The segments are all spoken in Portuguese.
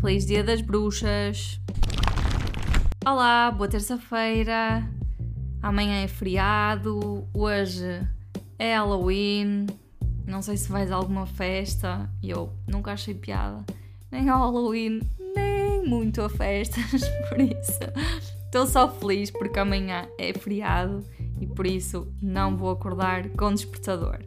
Feliz Dia das Bruxas! Olá, boa terça-feira! Amanhã é feriado, hoje é Halloween. Não sei se vais a alguma festa, eu nunca achei piada, nem ao Halloween, nem muito a festas, por isso estou só feliz porque amanhã é feriado e por isso não vou acordar com despertador.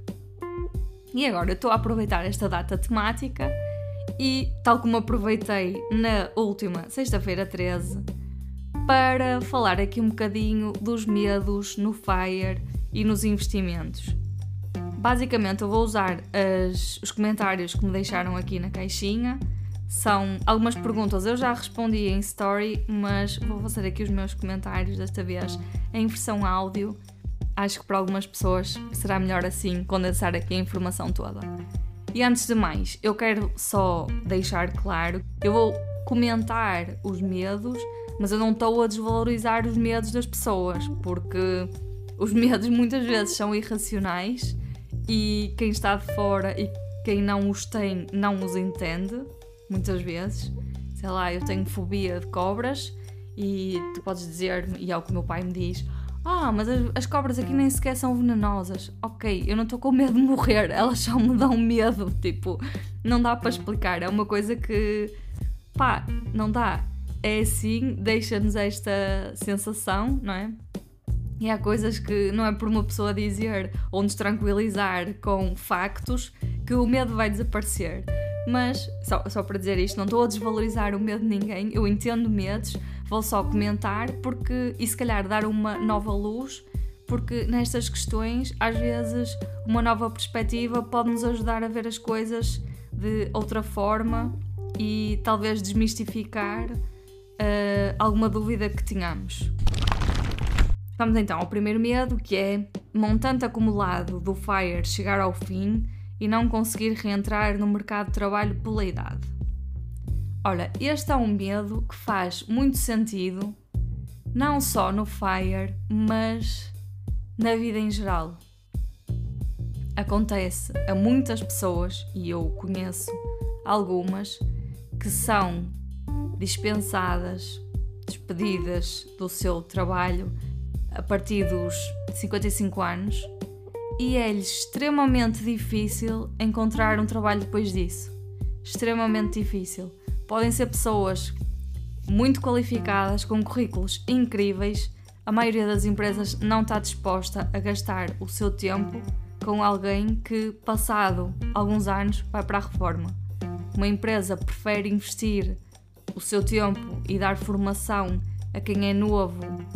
E agora eu estou a aproveitar esta data temática e, tal como aproveitei na última sexta-feira 13, para falar aqui um bocadinho dos medos no FIRE e nos investimentos. Basicamente eu vou usar os comentários que me deixaram aqui na caixinha. São algumas perguntas, eu já respondi em story, mas vou fazer aqui os meus comentários desta vez em versão áudio. Acho que para algumas pessoas será melhor assim condensar aqui a informação toda. E antes de mais, eu quero só deixar claro, eu vou comentar os medos, mas eu não estou a desvalorizar os medos das pessoas, porque os medos muitas vezes são irracionais e quem está de fora e quem não os tem não os entende, muitas vezes. Sei lá, eu tenho fobia de cobras e tu podes dizer-me, e é o que o meu pai me diz, mas as cobras aqui nem sequer são venenosas. Ok, eu não estou com medo de morrer, elas só me dão medo, tipo, não dá para explicar, é uma coisa que, não dá. É assim, deixa-nos esta sensação, não é? E há coisas que não é por uma pessoa dizer ou nos tranquilizar com factos que o medo vai desaparecer. Mas, só para dizer isto, não estou a desvalorizar o medo de ninguém, eu entendo medos, vou só comentar e se calhar dar uma nova luz, porque nestas questões, às vezes, uma nova perspectiva pode nos ajudar a ver as coisas de outra forma e talvez desmistificar alguma dúvida que tenhamos. Vamos então ao primeiro medo, que é montante acumulado do FIRE chegar ao fim e não conseguir reentrar no mercado de trabalho pela idade. Olha, este é um medo que faz muito sentido, não só no FIRE, mas na vida em geral. Acontece a muitas pessoas, e eu conheço algumas, que são dispensadas, despedidas do seu trabalho a partir dos 55 anos e é-lhes extremamente difícil encontrar um trabalho depois disso. Extremamente difícil. Podem ser pessoas muito qualificadas, com currículos incríveis. A maioria das empresas não está disposta a gastar o seu tempo com alguém que, passado alguns anos, vai para a reforma. Uma empresa prefere investir o seu tempo e dar formação a quem é novo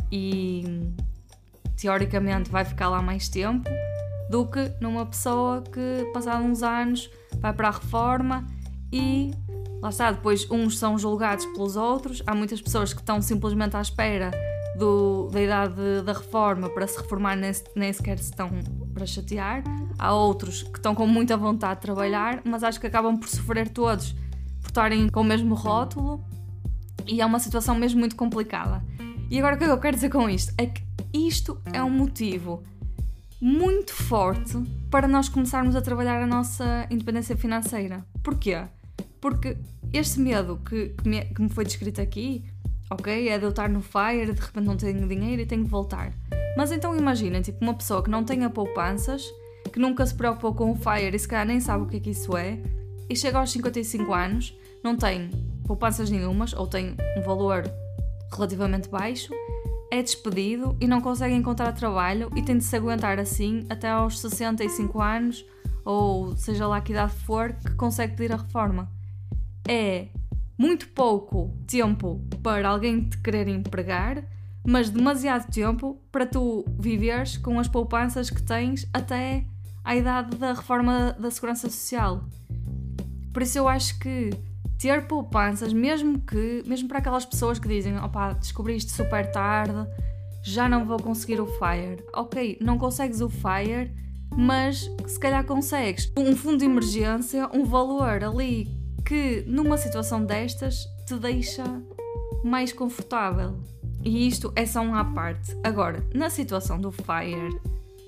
e teoricamente vai ficar lá mais tempo do que numa pessoa que, passado uns anos, vai para a reforma e lá está, depois uns são julgados pelos outros. Há muitas pessoas que estão simplesmente à espera da idade da reforma para se reformar, nem sequer se estão para chatear. Há outros que estão com muita vontade de trabalhar, mas acho que acabam por sofrer todos por estarem com o mesmo rótulo e é uma situação mesmo muito complicada. E agora o que eu quero dizer com isto? É que isto é um motivo muito forte para nós começarmos a trabalhar a nossa independência financeira. Porquê? Porque este medo que me foi descrito aqui, ok, é de eu estar no FIRE, de repente não tenho dinheiro e tenho de voltar. Mas então imaginem, tipo, uma pessoa que não tenha poupanças, que nunca se preocupou com o FIRE e se calhar nem sabe o que isso é, e chega aos 55 anos, não tem poupanças nenhumas, ou tem um valor relativamente baixo, é despedido e não consegue encontrar trabalho e tem de se aguentar assim até aos 65 anos, ou seja lá que idade for, que consegue pedir a reforma. É muito pouco tempo para alguém te querer empregar, mas demasiado tempo para tu viveres com as poupanças que tens até à idade da reforma da Segurança Social. Por isso eu acho que ter poupanças, mesmo para aquelas pessoas que dizem descobri isto super tarde, já não vou conseguir o FIRE. Ok, não consegues o FIRE, mas se calhar consegues um fundo de emergência, um valor ali que numa situação destas te deixa mais confortável. E isto é só uma à parte. Agora, na situação do FIRE,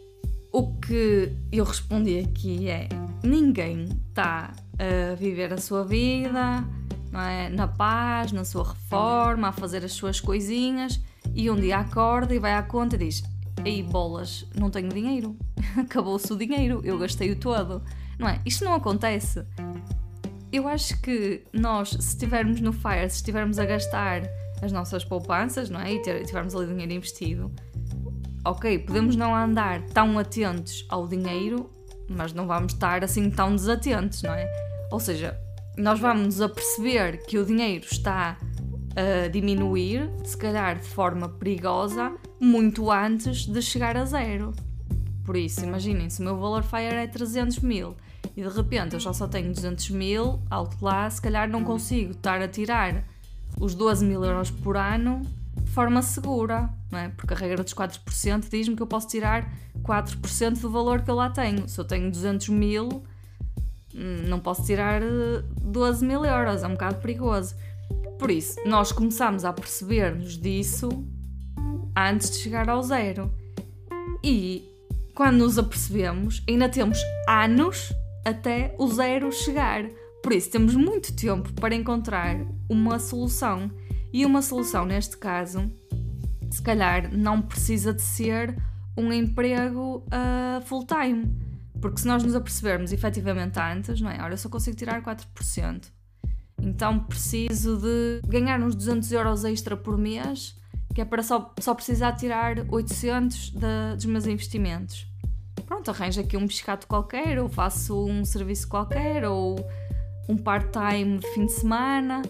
o que eu respondi aqui é: ninguém está a viver a sua vida, não é? Na paz, na sua reforma, a fazer as suas coisinhas, e um dia acorda e vai à conta e diz: ei, bolas, não tenho dinheiro, acabou-se o dinheiro, eu gastei-o todo, não é? Isto não acontece. Eu acho que nós, se estivermos no FIRE, se estivermos a gastar as nossas poupanças, não é? E tivermos ali dinheiro investido, ok, podemos não andar tão atentos ao dinheiro, mas não vamos estar assim tão desatentos, não é? Ou seja, nós vamos nos aperceber que o dinheiro está a diminuir, se calhar de forma perigosa, muito antes de chegar a zero. Por isso, imaginem, se o meu valor FIRE é 300 mil e de repente eu já só tenho 200 mil, alto lá, se calhar não consigo estar a tirar os 12 mil euros por ano de forma segura, não é? Porque a regra dos 4% diz-me que eu posso tirar 4% do valor que eu lá tenho. Se eu tenho 200 mil, não posso tirar 12 mil euros, é um bocado perigoso. Por isso, nós começamos a perceber-nos disso antes de chegar ao zero. E quando nos apercebemos, ainda temos anos até o zero chegar. Por isso, temos muito tempo para encontrar uma solução. E uma solução, neste caso, se calhar não precisa de ser um emprego full-time. Porque se nós nos apercebermos efetivamente antes, não é? Ora, eu só consigo tirar 4%. Então preciso de ganhar uns 200 euros extra por mês, que é para só precisar tirar 800 dos meus investimentos. Pronto, arranjo aqui um biscato qualquer, ou faço um serviço qualquer, ou um part-time de fim de semana,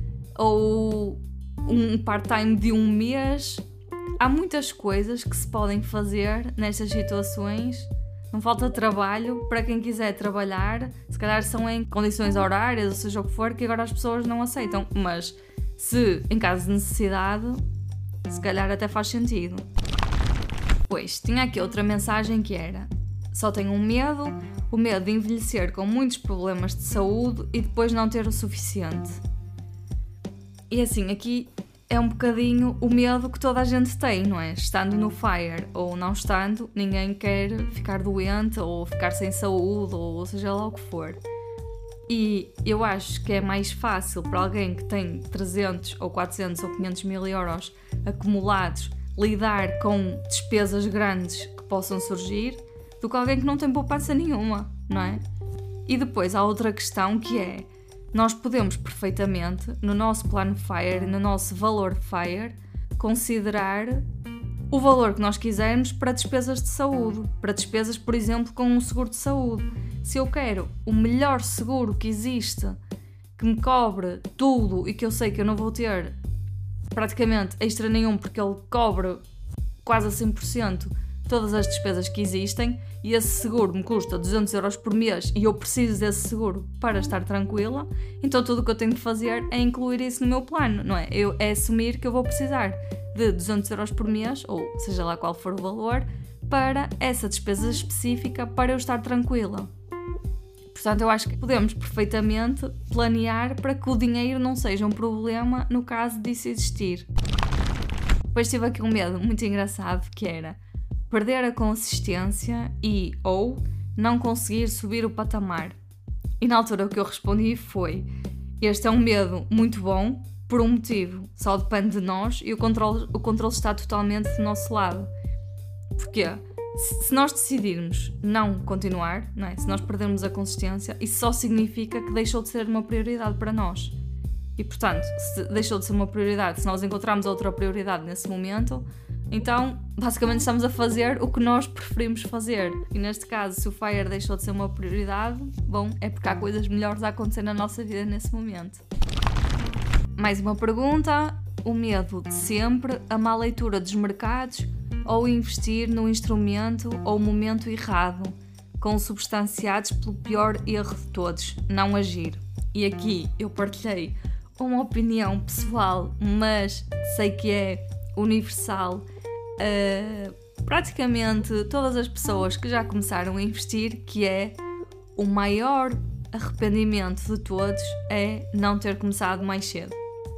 ou um part-time de um mês. Há muitas coisas que se podem fazer nestas situações. Não falta trabalho para quem quiser trabalhar. Se calhar são em condições horárias, ou seja o que for, que agora as pessoas não aceitam. Mas se em caso de necessidade, se calhar até faz sentido. Pois, tinha aqui outra mensagem que era: só tenho um medo, o medo de envelhecer com muitos problemas de saúde e depois não ter o suficiente. E assim, aqui é um bocadinho o medo que toda a gente tem, não é? Estando no FIRE ou não estando, ninguém quer ficar doente ou ficar sem saúde ou seja lá o que for. E eu acho que é mais fácil para alguém que tem 300 ou 400 ou 500 mil euros acumulados lidar com despesas grandes que possam surgir do que alguém que não tem poupança nenhuma, não é? E depois há outra questão que é: nós podemos perfeitamente, no nosso plano FIRE, no nosso valor FIRE, considerar o valor que nós quisermos para despesas de saúde, para despesas, por exemplo, com um seguro de saúde. Se eu quero o melhor seguro que existe, que me cobre tudo e que eu sei que eu não vou ter praticamente extra nenhum porque ele cobre quase a 100% todas as despesas que existem, e esse seguro me custa 200 euros por mês e eu preciso desse seguro para estar tranquila, então tudo o que eu tenho de fazer é incluir isso no meu plano, não é? É assumir que eu vou precisar de 200 euros por mês, ou seja lá qual for o valor, para essa despesa específica para eu estar tranquila. Portanto, eu acho que podemos perfeitamente planear para que o dinheiro não seja um problema no caso disso existir. Depois tive aqui um medo muito engraçado, que era perder a consistência e ou não conseguir subir o patamar. E na altura o que eu respondi foi: este é um medo muito bom, por um motivo, só depende de nós e o controle está totalmente do nosso lado. Porquê? Se nós decidirmos não continuar, não é? Se nós perdermos a consistência, isso só significa que deixou de ser uma prioridade para nós. E portanto, se deixou de ser uma prioridade, se nós encontrarmos outra prioridade nesse momento, então basicamente estamos a fazer o que nós preferimos fazer. E neste caso, se o FIRE deixou de ser uma prioridade, bom, é porque há coisas melhores a acontecer na nossa vida nesse momento. Mais uma pergunta: o medo de sempre, a má leitura dos mercados ou investir no instrumento ou momento errado, consubstanciados pelo pior erro de todos, não agir. E aqui eu partilhei uma opinião pessoal, mas sei que é universal. Praticamente todas as pessoas que já começaram a investir, que é o maior arrependimento de todos é não ter começado mais cedo.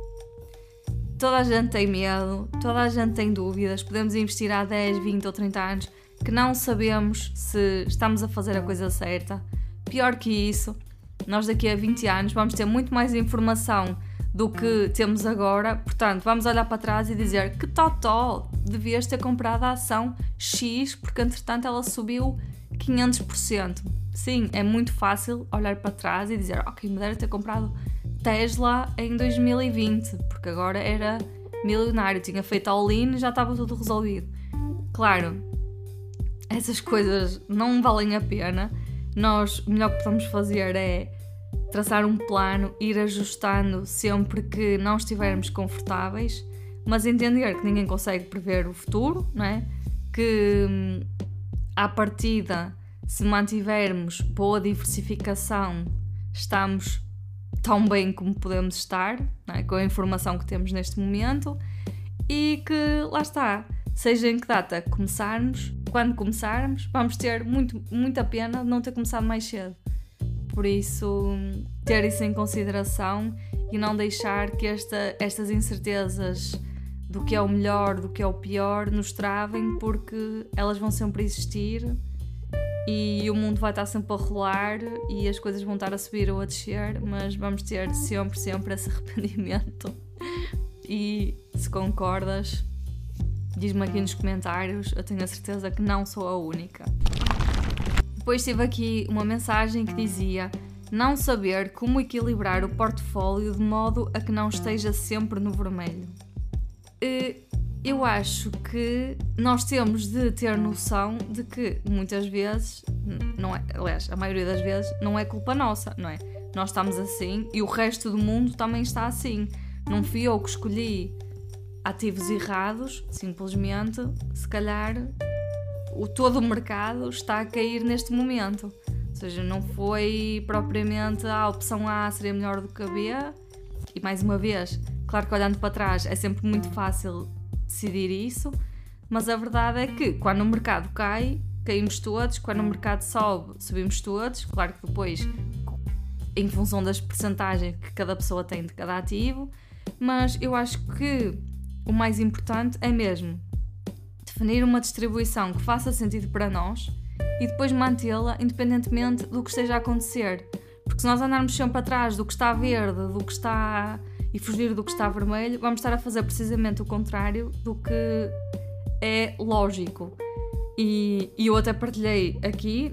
Toda a gente tem medo, toda a gente tem dúvidas, podemos investir há 10, 20 ou 30 anos que não sabemos se estamos a fazer a coisa certa. Pior que isso, Nós daqui a 20 anos vamos ter muito mais informação do que temos agora, portanto vamos olhar para trás e dizer que totó, devias ter comprado a ação X porque entretanto ela subiu 500%. Sim, é muito fácil olhar para trás e dizer ok, me dera ter comprado Tesla em 2020 porque agora era milionário, tinha feito all-in e já estava tudo resolvido. Claro, essas coisas não valem a pena. O melhor que podemos fazer é traçar um plano, ir ajustando sempre que não estivermos confortáveis, mas entender que ninguém consegue prever o futuro, não é? Que à partida, se mantivermos boa diversificação, estamos tão bem como podemos estar, não é? Com a informação que temos neste momento, e que lá está, seja em que data começarmos, quando começarmos, vamos ter muita pena de não ter começado mais cedo. Por isso, ter isso em consideração e não deixar que estas incertezas do que é o melhor, do que é o pior, nos travem, porque elas vão sempre existir e o mundo vai estar sempre a rolar e as coisas vão estar a subir ou a descer, mas vamos ter sempre esse arrependimento. E se concordas, diz-me aqui nos comentários, eu tenho a certeza que não sou a única. Depois tive aqui uma mensagem que dizia: não saber como equilibrar o portfólio de modo a que não esteja sempre no vermelho. Eu acho que nós temos de ter noção de que muitas vezes, não é, aliás, a maioria das vezes, não é culpa nossa, não é? Nós estamos assim e o resto do mundo também está assim. Não fui eu que escolhi ativos errados, simplesmente, se calhar todo o mercado está a cair neste momento. Ou seja, não foi propriamente a opção A seria melhor do que a B. E mais uma vez, claro que olhando para trás é sempre muito fácil decidir isso, mas a verdade é que quando o mercado cai, caímos todos, quando o mercado sobe, subimos todos. Claro que depois, em função das percentagens que cada pessoa tem de cada ativo, mas eu acho que o mais importante é mesmo definir uma distribuição que faça sentido para nós e depois mantê-la independentemente do que esteja a acontecer. Porque se nós andarmos sempre atrás do que está verde, do que está e fugir do que está vermelho, vamos estar a fazer precisamente o contrário do que é lógico. E eu até partilhei aqui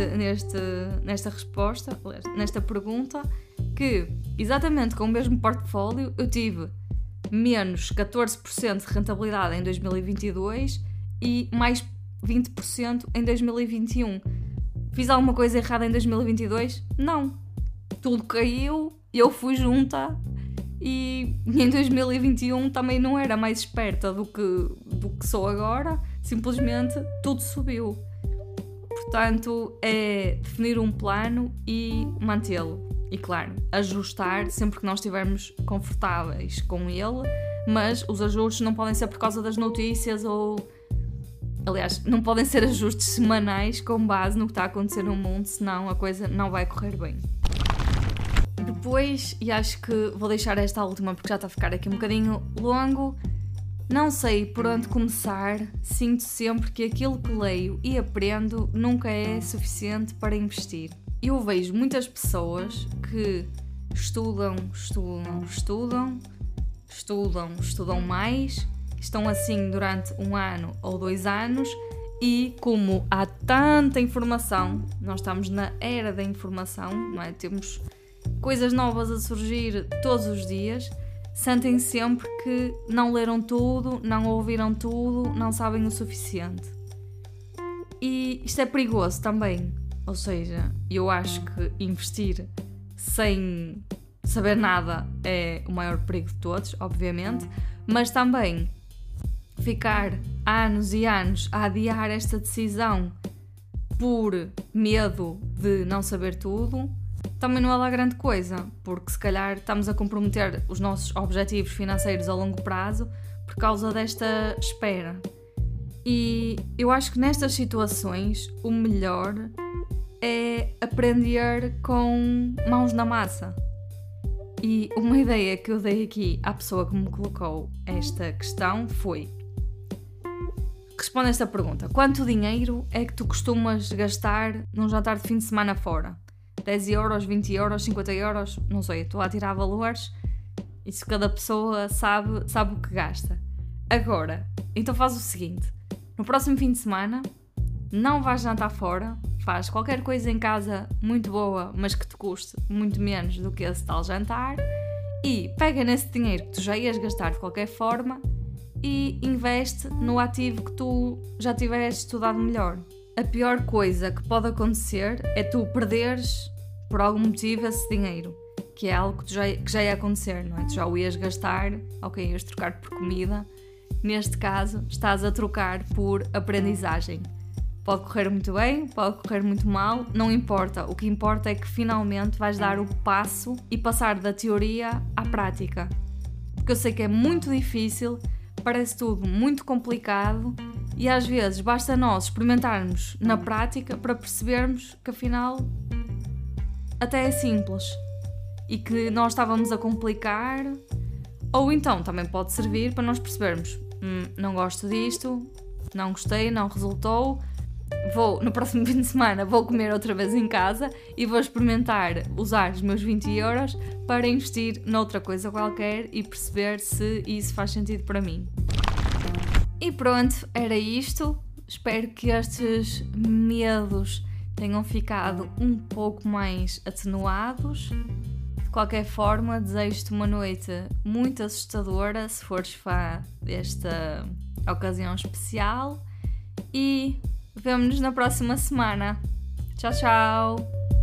nesta resposta, nesta pergunta, que exatamente com o mesmo portfólio eu tive menos 14% de rentabilidade em 2022 e mais 20% em 2021. Fiz alguma coisa errada em 2022? Não. Tudo caiu, eu fui junta e em 2021 também não era mais esperta do que sou agora, simplesmente tudo subiu. Portanto, é definir um plano e mantê-lo. E claro, ajustar sempre que nós estivermos confortáveis com ele, mas os ajustes não podem ser por causa das notícias ou... Aliás, não podem ser ajustes semanais com base no que está a acontecer no mundo, senão a coisa não vai correr bem. Depois, e acho que vou deixar esta última porque já está a ficar aqui um bocadinho longo, não sei por onde começar, sinto sempre que aquilo que leio e aprendo nunca é suficiente para investir. Eu vejo muitas pessoas que estudam mais, estão assim durante 1 ano ou 2 anos e como há tanta informação, nós estamos na era da informação, não é? Temos coisas novas a surgir todos os dias, sentem sempre que não leram tudo, não ouviram tudo, não sabem o suficiente. E isto é perigoso também. Ou seja, eu acho que investir sem saber nada é o maior perigo de todos, obviamente, mas também ficar anos e anos a adiar esta decisão por medo de não saber tudo, também não é lá grande coisa, porque se calhar estamos a comprometer os nossos objetivos financeiros a longo prazo por causa desta espera. E eu acho que nestas situações o melhor é aprender com mãos na massa. E uma ideia que eu dei aqui à pessoa que me colocou esta questão foi: responde esta pergunta: quanto dinheiro é que tu costumas gastar num jantar de fim de semana fora? 10 euros, 20 euros, 50 euros, não sei, estou a tirar valores. Isso cada pessoa sabe o que gasta. Agora, então faz o seguinte. No próximo fim de semana, não vais jantar fora. Faz qualquer coisa em casa muito boa, mas que te custe muito menos do que esse tal jantar. E pega nesse dinheiro que tu já ias gastar de qualquer forma e investe no ativo que tu já tiveste estudado melhor. A pior coisa que pode acontecer é tu perderes, por algum motivo, esse dinheiro. Que é algo que já ia acontecer, não é? Tu já o ias gastar, ok, ias trocar por comida. Neste caso, estás a trocar por aprendizagem. Pode correr muito bem, pode correr muito mal, não importa. O que importa é que finalmente vais dar o passo e passar da teoria à prática. Porque eu sei que é muito difícil, parece tudo muito complicado e às vezes basta nós experimentarmos na prática para percebermos que afinal até é simples e que nós estávamos a complicar. Ou então também pode servir para nós percebermos não gosto disto, não gostei, não resultou. No próximo fim de semana vou comer outra vez em casa e vou experimentar usar os meus 20 euros para investir noutra coisa qualquer e perceber se isso faz sentido para mim. E pronto, era isto. Espero que estes medos tenham ficado um pouco mais atenuados. De qualquer forma, desejo-te uma noite muito assustadora se fores fã desta ocasião especial e vemo-nos na próxima semana. Tchau, tchau!